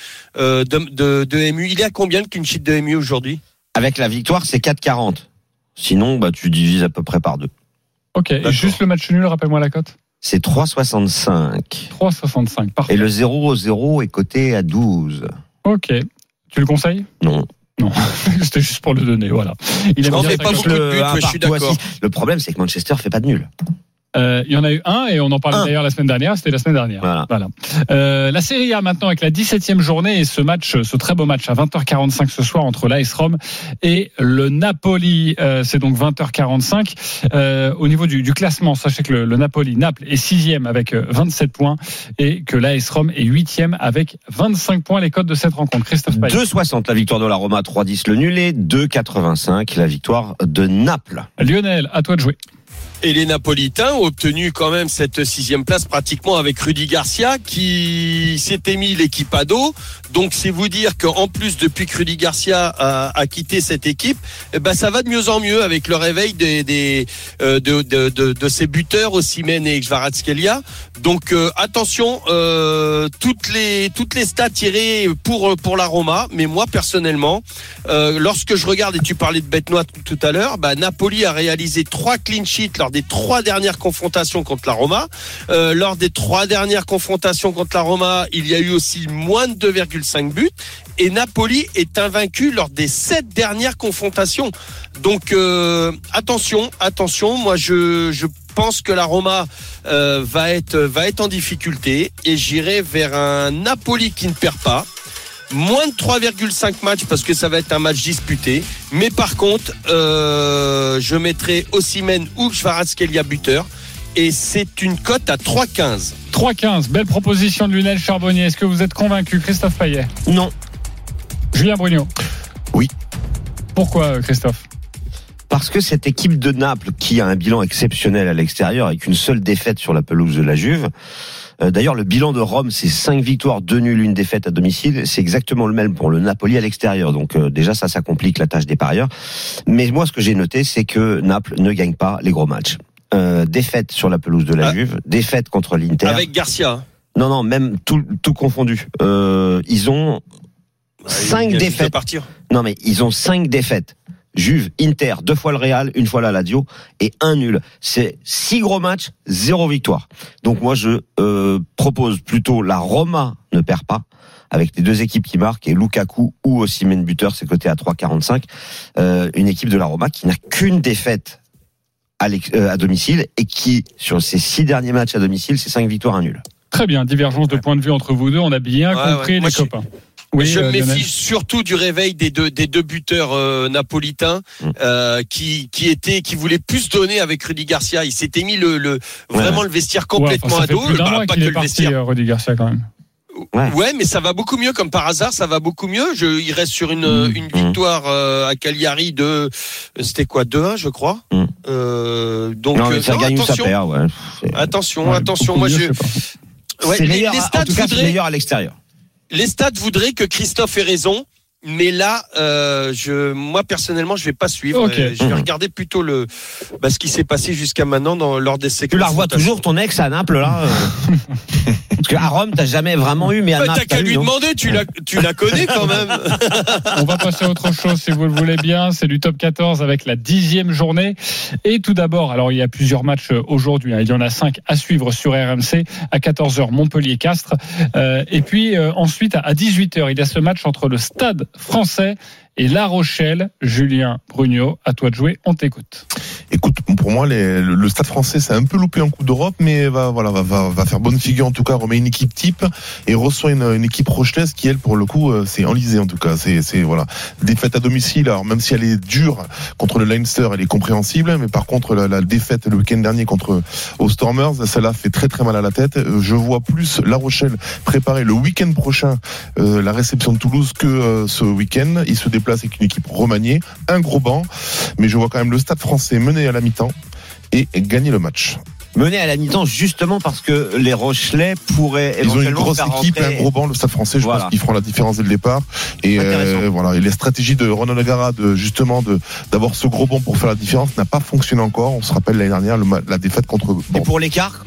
[SPEAKER 9] MU. Il est à combien le clean sheet de MU aujourd'hui ?
[SPEAKER 7] Avec la victoire, c'est 4,40. Sinon, tu divises à peu près par 2.
[SPEAKER 5] Ok. Et juste le match nul, rappelle-moi la cote.
[SPEAKER 7] C'est 3,65.
[SPEAKER 5] 3,65. Parfait.
[SPEAKER 7] Et le 0-0 est coté à 12.
[SPEAKER 5] Ok. Tu le conseilles ?
[SPEAKER 7] Non.
[SPEAKER 5] Non, c'était juste pour le donner, voilà.
[SPEAKER 9] Il a pas beaucoup de buts, je suis d'accord.
[SPEAKER 7] Le problème, c'est que Manchester fait pas de nul.
[SPEAKER 5] Il y en a eu un et on en parlait d'ailleurs la semaine dernière. C'était la semaine dernière. Voilà. La Serie A maintenant avec la 17e journée et ce très beau match à 20h45 ce soir entre l'AS Rome et le Napoli. C'est donc 20h45. Au niveau du classement, sachez que le Naples est 6e avec 27 points et que l'AS Rome est 8e avec 25 points. Les codes de cette rencontre, Christophe Payet.
[SPEAKER 7] 2,60 la victoire de la Roma, 3,10 le nul et 2,85 la victoire de Naples.
[SPEAKER 5] Lionel, à toi de jouer.
[SPEAKER 9] Et les Napolitains ont obtenu quand même cette 6e place pratiquement avec Rudy Garcia qui s'était mis l'équipe à dos. Donc c'est vous dire qu'en plus depuis que Rudy Garcia a quitté cette équipe, ça va de mieux en mieux avec le réveil de ses buteurs Osimhen et Kvaratskhelia. Donc attention, toutes les stats tirées pour la Roma. Mais moi personnellement, lorsque je regarde, et tu parlais de bête noire tout à l'heure, Napoli a réalisé 3 clean sheets lors des 3 dernières confrontations contre la Roma. Lors des 3 dernières confrontations contre la Roma, il y a eu aussi moins de 2,5 buts. Et Napoli est invaincu lors des 7 dernières confrontations. Donc attention. Moi je pense que la Roma va être en difficulté et j'irai vers un Napoli qui ne perd pas. Moins de 3,5 matchs parce que ça va être un match disputé. Mais par contre, je mettrai Osimhen ou Kvaratskhelia buteur. Et c'est une cote à 3,15.
[SPEAKER 5] 3,15, belle proposition de Lionel Charbonnier. Est-ce que vous êtes convaincu, Christophe Payet?
[SPEAKER 7] Non.
[SPEAKER 5] Julien Brugnaut?
[SPEAKER 8] Oui.
[SPEAKER 5] Pourquoi, Christophe?
[SPEAKER 7] Parce que cette équipe de Naples, qui a un bilan exceptionnel à l'extérieur, avec une seule défaite sur la pelouse de la Juve. D'ailleurs, le bilan de Rome, c'est 5 victoires, 2 nuls, 1 défaite à domicile. C'est exactement le même pour le Napoli à l'extérieur. Donc déjà, ça complique la tâche des parieurs. Mais moi, ce que j'ai noté, c'est que Naples ne gagne pas les gros matchs. Défaite sur la pelouse de la Juve, défaite contre l'Inter.
[SPEAKER 9] Avec Garcia.
[SPEAKER 7] Non, même tout confondu. Ils ont 5 défaites. Non, mais ils ont 5 défaites. Juve, Inter, 2 fois le Real, 1 fois la Lazio et 1 nul. C'est 6 gros matchs, 0 victoire. Donc moi je propose plutôt la Roma ne perd pas, avec les 2 équipes qui marquent, et Lukaku ou Osimhen buteur, c'est coté à 3,45. Une équipe de la Roma qui n'a qu'une défaite à domicile et qui, sur ses 6 derniers matchs à domicile, c'est 5 victoires, 1 nul.
[SPEAKER 5] Très bien, divergence de point de vue entre vous deux, on a bien compris les copains.
[SPEAKER 9] Oui, je me méfie surtout du réveil des deux buteurs napolitains qui voulaient plus donner avec Rudy Garcia. Il s'était mis vraiment le vestiaire complètement à dos.
[SPEAKER 5] Pas que le vestiaire. Rudy Garcia quand même.
[SPEAKER 9] Ouais, mais ça va beaucoup mieux, comme par hasard, ça va beaucoup mieux. Il reste sur une victoire à Cagliari c'était quoi, 2-1, je crois. Donc
[SPEAKER 7] non, ça gagne ou ça perd. Ouais.
[SPEAKER 9] Attention. Moi,
[SPEAKER 7] c'est meilleur, en tout cas, c'est meilleur à l'extérieur.
[SPEAKER 9] Les stats voudraient que Christophe ait raison, mais là, moi personnellement, je vais pas suivre.
[SPEAKER 5] Okay.
[SPEAKER 9] Je vais regarder plutôt ce qui s'est passé jusqu'à maintenant lors des séquences.
[SPEAKER 7] Tu la revois toujours, ton ex à Naples là Parce qu'à Rome, t'as jamais vraiment eu, mais à Naples.
[SPEAKER 9] T'as qu'à lui demander, tu la connais quand même.
[SPEAKER 5] On va passer à autre chose si vous le voulez bien. C'est du top 14 avec la 10e journée. Et tout d'abord, alors il y a plusieurs matchs aujourd'hui. Il y en a 5 à suivre sur RMC. À 14h, Montpellier-Castres. Et puis ensuite, à 18h, il y a ce match entre le Stade Français et La Rochelle. Julien Brugnaut, à toi de jouer, on t'écoute.
[SPEAKER 8] Écoute, pour moi, le Stade Français s'est un peu loupé en Coupe d'Europe, mais va faire bonne figure. En tout cas, remet une équipe type et reçoit une équipe rochelaise qui, elle, pour le coup, c'est enlisée. En tout cas, c'est défaite à domicile. Alors même si elle est dure contre le Leinster, elle est compréhensible. Mais par contre, la défaite le week-end dernier contre aux Stormers, celle-là fait très très mal à la tête. Je vois plus La Rochelle préparer le week-end prochain la réception de Toulouse que ce week-end. Il se déplace avec une équipe remaniée, un gros banc, mais je vois quand même le Stade Français mener à la mi-temps et gagner le match.
[SPEAKER 7] Mener à la mi-temps justement parce que les Rochelais pourraient éventuellement.
[SPEAKER 8] Ils ont une grosse équipe et un gros banc, le Stade Français. Je pense qu'ils feront la différence dès le départ. Et et les stratégies de Ronald O'Gara d'avoir ce gros banc pour faire la différence n'a pas fonctionné encore. On se rappelle l'année dernière la défaite contre.
[SPEAKER 7] Et pour l'écart.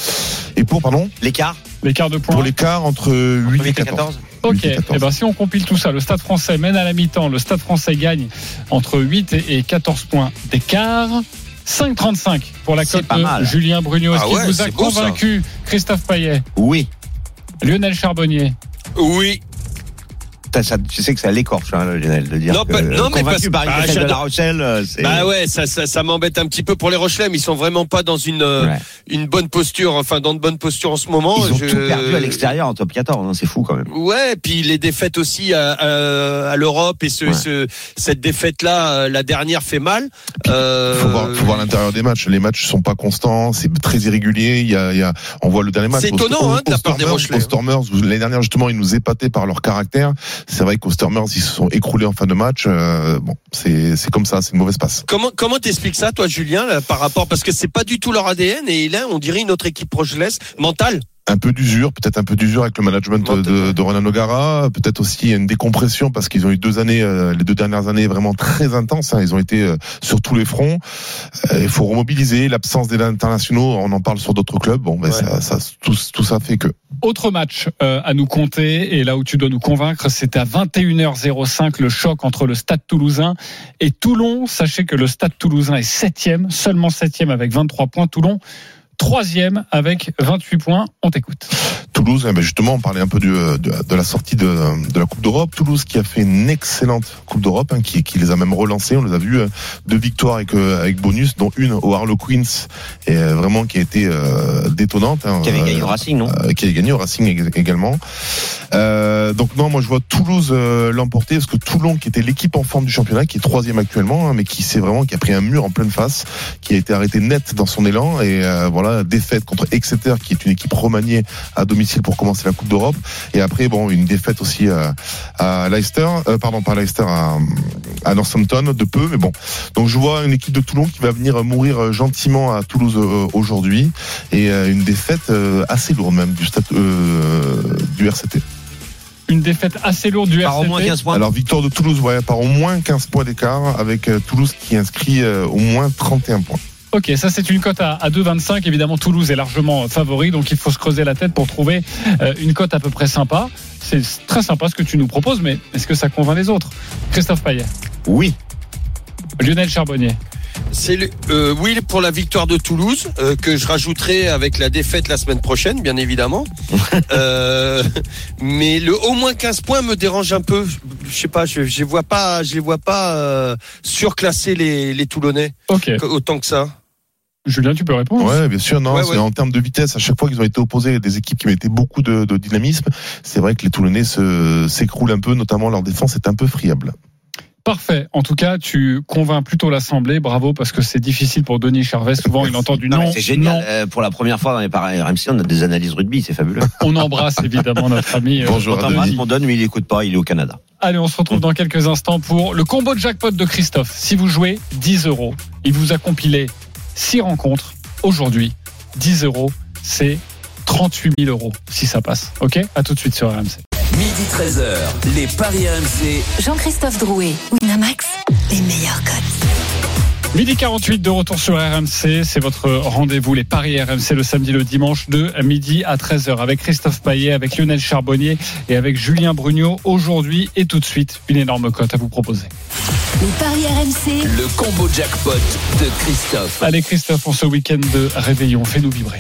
[SPEAKER 5] L'écart de points.
[SPEAKER 8] Pour l'écart entre 8 et 14.
[SPEAKER 5] Ok, et si on compile tout ça, le Stade Français mène à la mi-temps, le Stade Français gagne entre 8 et 14 points d'écart. 5,35 pour la cote de Julien Brugnaut. Est-ce qu'il vous a convaincu, Christophe Payet?
[SPEAKER 7] Oui.
[SPEAKER 5] Lionel Charbonnier?
[SPEAKER 9] Oui.
[SPEAKER 7] Tu sais que ça l'écorche, Lionel, de dire convaincu par une défaite de La Rochelle.
[SPEAKER 9] Ça m'embête un petit peu pour les Rochelais, mais ils sont vraiment pas dans une bonne posture, dans de bonne posture en ce moment.
[SPEAKER 7] Ils ont tout perdu à l'extérieur en top 14, c'est fou quand même.
[SPEAKER 9] Ouais, puis les défaites aussi à l'Europe et cette défaite-là, la dernière fait mal.
[SPEAKER 8] Faut voir l'intérieur des matchs. Les matchs sont pas constants, c'est très irrégulier. On voit le dernier match.
[SPEAKER 9] C'est étonnant, de la part des Rochelais.
[SPEAKER 8] Aux Stormers, l'année dernière justement, ils nous épataient par leur caractère. C'est vrai qu'aux Stormers, ils se sont écroulés en fin de match. C'est comme ça, c'est une mauvaise passe.
[SPEAKER 9] Comment t'expliques ça, toi, Julien, là, par rapport, parce que c'est pas du tout leur ADN, et là, on dirait une autre équipe rocelaise mentale.
[SPEAKER 8] Peut-être un peu d'usure avec le management de Ronald O'Gara, peut-être aussi une décompression parce qu'ils ont eu les 2 dernières années vraiment très intenses. Ils ont été sur tous les fronts. Il faut remobiliser l'absence des internationaux. On en parle sur d'autres clubs. Tout ça fait que.
[SPEAKER 5] Autre match à nous compter et là où tu dois nous convaincre, c'est à 21h05 le choc entre le Stade Toulousain et Toulon. Sachez que le Stade Toulousain est 7e, seulement 7e avec 23 points. Toulon 3e avec 28 points. On t'écoute.
[SPEAKER 8] Toulouse, justement, on parlait un peu de la sortie de la Coupe d'Europe. Toulouse qui a fait une excellente Coupe d'Europe, qui les a même relancés. On les a vus 2 victoires avec bonus, dont une au Harlequins, et vraiment qui a été détonnante.
[SPEAKER 7] Qui avait gagné au Racing, non ?
[SPEAKER 8] Qui avait gagné au Racing également. Donc non, moi je vois Toulouse l'emporter parce que Toulon, qui était l'équipe en forme du championnat, qui est 3e actuellement, mais qui a pris un mur en pleine face, qui a été arrêté net dans son élan, et voilà, défaite contre Exeter, qui est une équipe remaniée à domicile pour commencer la Coupe d'Europe, et après une défaite aussi à Leicester, pas Leicester, à Northampton de peu, mais bon. Donc je vois une équipe de Toulon qui va venir mourir gentiment à Toulouse aujourd'hui, et une défaite assez lourde même du RCT.
[SPEAKER 5] Une défaite assez lourde du RCT.
[SPEAKER 7] Par au moins 15 points.
[SPEAKER 8] Alors victoire de Toulouse, par au moins 15 points d'écart, avec Toulouse qui inscrit au moins 31 points.
[SPEAKER 5] Ok, ça c'est une cote à 2,25. Évidemment, Toulouse est largement favori, donc il faut se creuser la tête pour trouver une cote à peu près sympa. C'est très sympa ce que tu nous proposes, mais est-ce que ça convainc les autres? Christophe Payet.
[SPEAKER 7] Oui.
[SPEAKER 5] Lionel Charbonnier.
[SPEAKER 9] Oui, pour la victoire de Toulouse, que je rajouterai avec la défaite la semaine prochaine, bien évidemment. Mais le au moins 15 points me dérange un peu. Je sais pas, je les vois pas surclasser les Toulonnais. Autant que ça.
[SPEAKER 5] Julien, tu peux répondre?
[SPEAKER 8] Ouais, bien sûr. Non, c'est en termes de vitesse. À chaque fois qu'ils ont été opposés à des équipes qui mettaient beaucoup de dynamisme, c'est vrai que les Toulonnais s'écroulent un peu, notamment leur défense est un peu friable.
[SPEAKER 5] Parfait. En tout cas, tu convaincs plutôt l'Assemblée. Bravo, parce que c'est difficile pour Denis Charvet. Souvent, il entend du non.
[SPEAKER 7] C'est génial. Pour la première fois dans les paris RMC, on a des analyses rugby. C'est fabuleux.
[SPEAKER 5] On embrasse évidemment notre ami.
[SPEAKER 7] Bonjour. On t'embrasse, mon Don, mais il n'écoute pas. Il est au Canada.
[SPEAKER 5] Allez, on se retrouve dans quelques instants pour le combo jackpot de Christophe. Si vous jouez 10 €, il vous a compilé 6 rencontres. Aujourd'hui, 10 €, c'est 38 000 € si ça passe. Ok? À tout de suite sur RMC.
[SPEAKER 4] Midi 13h, les paris RMC.
[SPEAKER 3] Jean-Christophe Drouet, Winamax, les meilleurs cotes.
[SPEAKER 5] Midi 48 de retour sur RMC, c'est votre rendez-vous, les paris RMC le samedi, le dimanche de midi à 13h avec Christophe Payet, avec Lionel Charbonnier et avec Julien Brugnot. Aujourd'hui et tout de suite, une énorme cote à vous proposer.
[SPEAKER 3] Les paris RMC,
[SPEAKER 4] le combo jackpot de Christophe.
[SPEAKER 5] Allez Christophe, pour ce week-end de réveillon, fais-nous vibrer.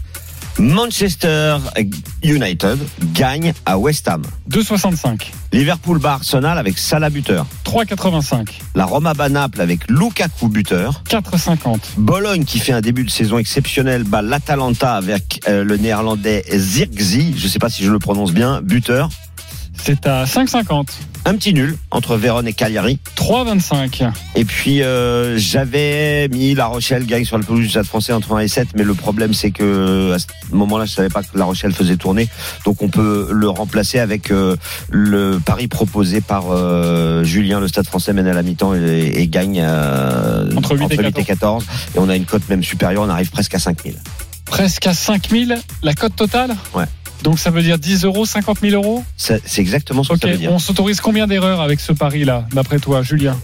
[SPEAKER 7] Manchester United gagne à West Ham.
[SPEAKER 5] 2,65.
[SPEAKER 7] Liverpool bat Arsenal avec Salah buteur.
[SPEAKER 5] 3,85.
[SPEAKER 7] La Roma bat Naples avec Lukaku buteur.
[SPEAKER 5] 4,50.
[SPEAKER 7] Bologne qui fait un début de saison exceptionnel bat l'Atalanta avec le néerlandais Zirkzee, je ne sais pas si je le prononce bien, buteur.
[SPEAKER 5] C'est à 5,50.
[SPEAKER 7] Un petit nul entre Vérone et Cagliari.
[SPEAKER 5] 3,25.
[SPEAKER 7] Et puis j'avais mis La Rochelle gagne sur le pelouse du Stade Français entre 1 et 7, mais le problème c'est que à ce moment-là je savais pas que La Rochelle faisait tourner, donc on peut le remplacer avec le pari proposé par Julien. Le Stade Français mène à la mi-temps et gagne
[SPEAKER 5] entre 8
[SPEAKER 7] et 14, et on a une cote même supérieure, on arrive presque à 5 000.
[SPEAKER 5] Presque à 5 000 la cote totale?
[SPEAKER 7] Ouais.
[SPEAKER 5] Donc ça veut dire 10 €, 50 000 €?
[SPEAKER 7] C'est exactement ce que ça veut dire.
[SPEAKER 5] On s'autorise combien d'erreurs avec ce pari-là, d'après toi, Julien?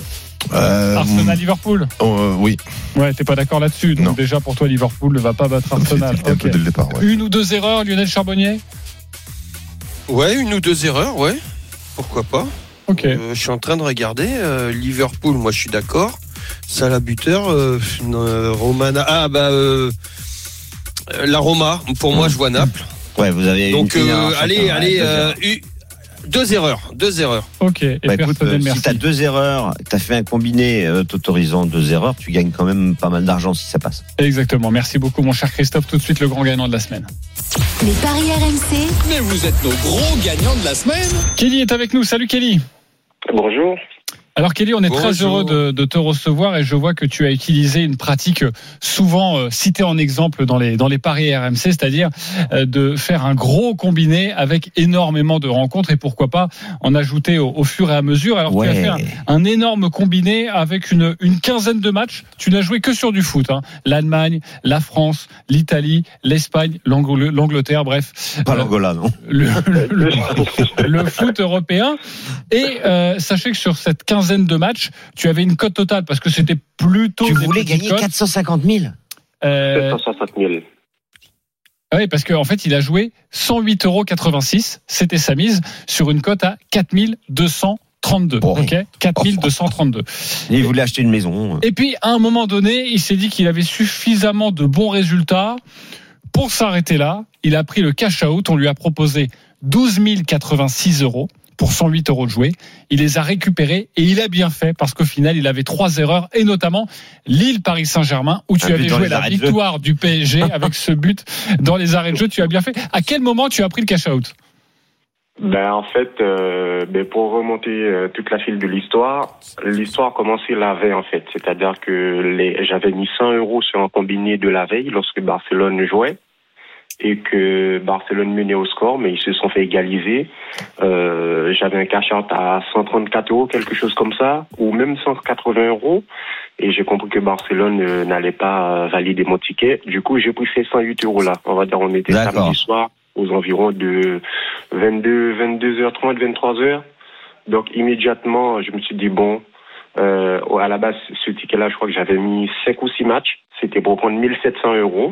[SPEAKER 5] Arsenal-Liverpool?
[SPEAKER 8] Oui.
[SPEAKER 5] Ouais, t'es pas d'accord là-dessus. Donc
[SPEAKER 8] non.
[SPEAKER 5] Déjà pour toi, Liverpool ne va pas battre Arsenal.
[SPEAKER 8] Un peu dès le départ, ouais.
[SPEAKER 5] Une ou deux erreurs, Lionel Charbonnier?
[SPEAKER 9] Ouais, une ou deux erreurs, ouais. Pourquoi pas.
[SPEAKER 5] Ok.
[SPEAKER 9] Je suis en train de regarder. Liverpool, moi je suis d'accord. Salah buteur. Romana. La Roma, pour moi, je vois Naples.
[SPEAKER 7] Ouais, vous avez.
[SPEAKER 9] Donc, deux erreurs.
[SPEAKER 5] Ok. Et
[SPEAKER 7] écoute, si t'as 2 erreurs, t'as fait un combiné t'autorisant 2 erreurs, tu gagnes quand même pas mal d'argent si ça passe.
[SPEAKER 5] Exactement. Merci beaucoup, mon cher Christophe. Tout de suite, le grand gagnant de la semaine.
[SPEAKER 3] les paris RMC,
[SPEAKER 4] Mais vous êtes nos gros gagnants de la semaine.
[SPEAKER 5] Kelly est avec nous. Salut Kelly.
[SPEAKER 11] Bonjour.
[SPEAKER 5] Alors Kelly, on est très heureux de te recevoir et je vois que tu as utilisé une pratique souvent citée en exemple dans les paris RMC, c'est-à-dire de faire un gros combiné avec énormément de rencontres et pourquoi pas en ajouter au fur et à mesure. Alors tu as fait un énorme combiné avec une quinzaine de matchs. Tu n'as joué que sur du foot, hein. L'Allemagne, la France, l'Italie, l'Espagne, l'Angleterre, bref.
[SPEAKER 7] Pas l'Angola, non.
[SPEAKER 5] Le foot européen. Et sachez que sur cette quinzaine de matchs, tu avais une cote totale parce que c'était plutôt.
[SPEAKER 7] Tu voulais gagner 450 000
[SPEAKER 11] 760 000.
[SPEAKER 5] Oui, parce qu'en fait, il a joué 108,86 €. C'était sa mise sur une cote à 4 232.
[SPEAKER 7] Bon.
[SPEAKER 5] Ok, 4 232.
[SPEAKER 7] Il voulait acheter une maison.
[SPEAKER 5] Et puis, à un moment donné, il s'est dit qu'il avait suffisamment de bons résultats pour s'arrêter là. Il a pris le cash out. On lui a proposé 12 086 € pour 108 € de jouer. Il les a récupérés et il a bien fait parce qu'au final, il avait 3 erreurs et notamment Lille-Paris Saint-Germain où tu avais joué la victoire du PSG avec ce but dans les arrêts de jeu. Tu as bien fait. À quel moment tu as pris le cash-out ?
[SPEAKER 12] En fait, pour remonter toute la file de l'histoire a commencé la veille en fait. C'est-à-dire que j'avais mis 100 € sur un combiné de la veille lorsque Barcelone jouait et que Barcelone menait au score, mais ils se sont fait égaliser. J'avais un cash-out à 134 €, quelque chose comme ça, ou même 180 €. Et j'ai compris que Barcelone n'allait pas valider mon ticket. Du coup, j'ai pris ces 108 € là. On va dire, on était samedi soir aux environs de 22h30, 23h. Donc, immédiatement, je me suis dit, à la base, ce ticket-là, je crois que j'avais mis 5 ou 6 matchs. C'était pour prendre 1700 €.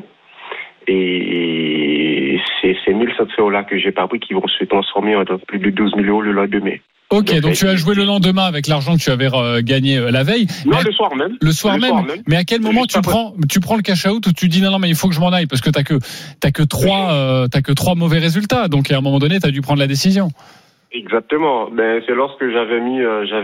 [SPEAKER 12] Et c'est ces 1700 € là que j'ai pas pris qui vont se transformer en plus de 12 000 € le lendemain.
[SPEAKER 5] Ok, donc tu as joué le lendemain avec l'argent que tu avais gagné la veille.
[SPEAKER 12] Non, le soir même.
[SPEAKER 5] Le soir même. Mais à quel moment tu prends le cash out ou tu dis non mais il faut que je m'en aille parce que t'as que trois mauvais résultats. Donc à un moment donné, t'as dû prendre la décision.
[SPEAKER 12] Exactement. C'est lorsque j'avais mis,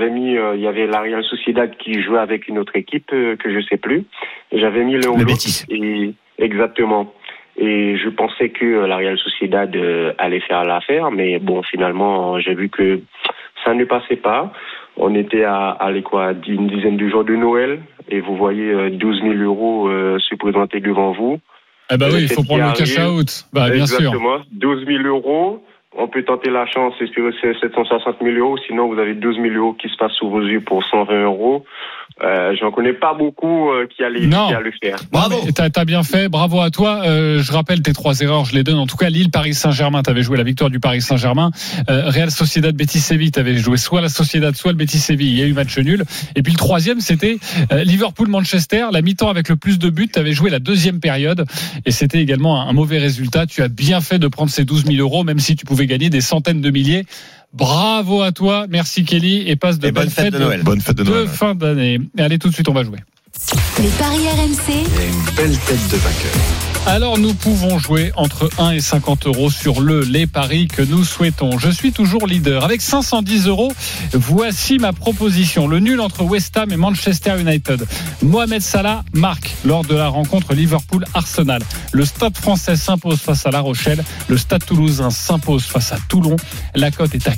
[SPEAKER 12] il y avait la Real Sociedad qui jouait avec une autre équipe que je sais plus. J'avais mis le
[SPEAKER 7] Betis.
[SPEAKER 12] Exactement. Et je pensais que la Real Sociedad allait faire l'affaire, mais finalement, j'ai vu que ça ne passait pas. On était à une dizaine de jours de Noël, et vous voyez 12 000 € se présenter devant vous.
[SPEAKER 5] Eh oui, il faut prendre le cash out. Bien sûr.
[SPEAKER 12] Exactement. 12 000 €. On peut tenter la chance, espérer 760 000 €. Sinon, vous avez 12 000 € qui se passent sous vos yeux pour 120 €. J'en connais pas beaucoup qui allaient le faire.
[SPEAKER 5] Bravo. T'as bien fait. Bravo à toi. Je rappelle tes 3 erreurs. Je les donne. En tout cas, Lille, Paris Saint-Germain. T'avais joué la victoire du Paris Saint-Germain. Real Sociedad, Betis Séville. T'avais joué soit la Sociedad, soit le Betis Séville. Il y a eu match nul. Et puis le 3e, c'était Liverpool Manchester. La mi-temps avec le plus de buts. T'avais joué la 2e période. Et c'était également un mauvais résultat. Tu as bien fait de prendre ces 12 000 €, même si tu pouvais gagner des centaines de milliers. Bravo à toi, merci Kelly, et passe de bonnes fêtes de Noël.
[SPEAKER 8] Bonne fête de Noël.
[SPEAKER 5] De fin d'année. Allez, tout de suite, on va jouer.
[SPEAKER 3] Les paris RMC.
[SPEAKER 1] Il y a une belle tête de vainqueur.
[SPEAKER 5] Alors nous pouvons jouer entre 1 et 50 € sur les paris que nous souhaitons. Je suis toujours leader. Avec 510 €, voici ma proposition. Le nul entre West Ham et Manchester United. Mohamed Salah marque lors de la rencontre Liverpool-Arsenal. Le Stade français s'impose face à La Rochelle. Le Stade toulousain s'impose face à Toulon. La cote est à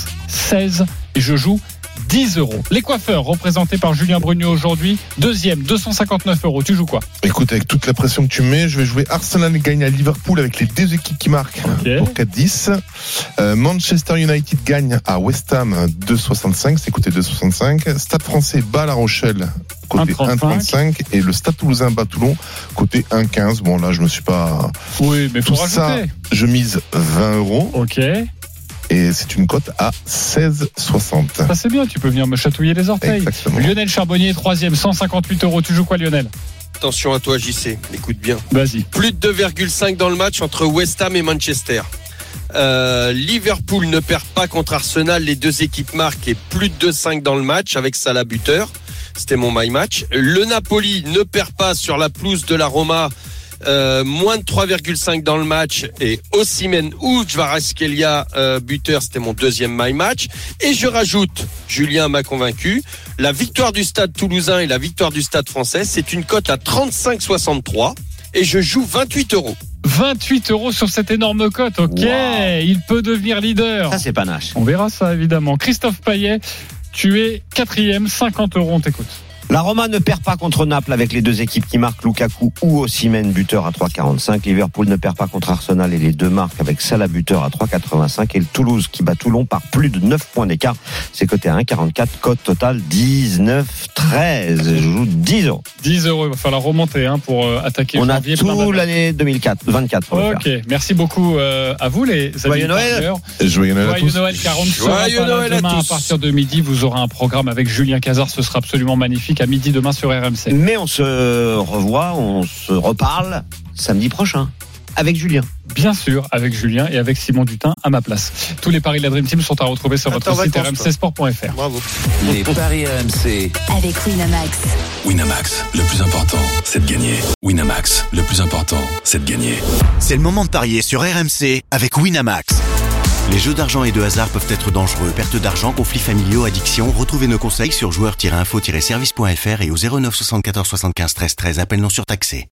[SPEAKER 5] 15-16 et je joue 10 €. Les coiffeurs représentés par Julien Brugnot aujourd'hui. 2e, 259 €. Tu joues quoi?
[SPEAKER 8] Écoute, avec toute la pression que tu mets, je vais jouer Arsenal gagne à Liverpool avec les 2 équipes qui marquent pour 4-10. Manchester United gagne à West Ham 2,65. C'est côté 2,65. Stade français bat La Rochelle côté 1,35. Et le Stade toulousain bat Toulon côté 1,15. Bon, là, je me suis pas.
[SPEAKER 5] Oui, mais faut
[SPEAKER 8] tout ça,
[SPEAKER 5] rajouter.
[SPEAKER 8] je mise 20 €.
[SPEAKER 5] Ok.
[SPEAKER 8] Et c'est une cote à 16,60.
[SPEAKER 5] Ça c'est bien, tu peux venir me chatouiller les orteils.
[SPEAKER 8] Exactement.
[SPEAKER 5] Lionel Charbonnier, 3e, 158 €. Tu joues quoi, Lionel?
[SPEAKER 9] Attention à toi, JC. Écoute bien.
[SPEAKER 5] Vas-y.
[SPEAKER 9] Plus de 2,5 dans le match entre West Ham et Manchester. Liverpool ne perd pas contre Arsenal. Les 2 équipes marquent et plus de 2,5 dans le match avec Salah buteur. C'était mon my match. Le Napoli ne perd pas sur la pelouse de la Roma. Moins de 3,5 dans le match et Osimhen ou Kvaratskhelia buteur, c'était mon 2e my match. Et je rajoute, Julien m'a convaincu, la victoire du Stade toulousain et la victoire du Stade français, c'est une cote à 35,63 et je joue 28 €.
[SPEAKER 5] 28 € sur cette énorme cote, ok. Wow. Il peut devenir leader.
[SPEAKER 7] Ça c'est panache.
[SPEAKER 5] On verra ça évidemment. Christophe Payet, tu es 4e, 50 €, on t'écoute.
[SPEAKER 7] La Roma ne perd pas contre Naples avec les 2 équipes qui marquent, Lukaku ou Osimhen buteur à 3,45. Liverpool ne perd pas contre Arsenal et les 2 marquent avec Salah buteur à 3,85. Et le Toulouse qui bat Toulon par plus de 9 points d'écart. C'est coté à 1,44. Cote totale 19,13. Je joue 10 €.
[SPEAKER 5] 10 €, il va falloir remonter pour attaquer
[SPEAKER 7] on
[SPEAKER 5] janvier.
[SPEAKER 7] On a tout l'année 24.
[SPEAKER 5] Ok, merci beaucoup à vous les amis.
[SPEAKER 7] Joyeux Noël.
[SPEAKER 8] Joyeux Noël à tous.
[SPEAKER 5] Noël, car on ne sera pas là demain à partir de midi. Vous aurez un programme avec Julien Cazard. Ce sera absolument magnifique. À midi demain sur RMC.
[SPEAKER 7] Mais on se revoit, on se reparle samedi prochain avec Julien.
[SPEAKER 5] Bien sûr, avec Julien et avec Simon Dutin à ma place. Tous les paris de la Dream Team sont à retrouver sur votre site rmcsport.fr.
[SPEAKER 9] Bravo.
[SPEAKER 4] Les paris RMC
[SPEAKER 3] avec Winamax.
[SPEAKER 1] Winamax, le plus important, c'est de gagner. Winamax, le plus important, c'est de gagner.
[SPEAKER 2] C'est le moment de parier sur RMC avec Winamax. Les jeux d'argent et de hasard peuvent être dangereux. Perte d'argent, conflits familiaux, addiction. Retrouvez nos conseils sur joueurs-info-service.fr et au 09 74 75 13 13. Appel non surtaxé.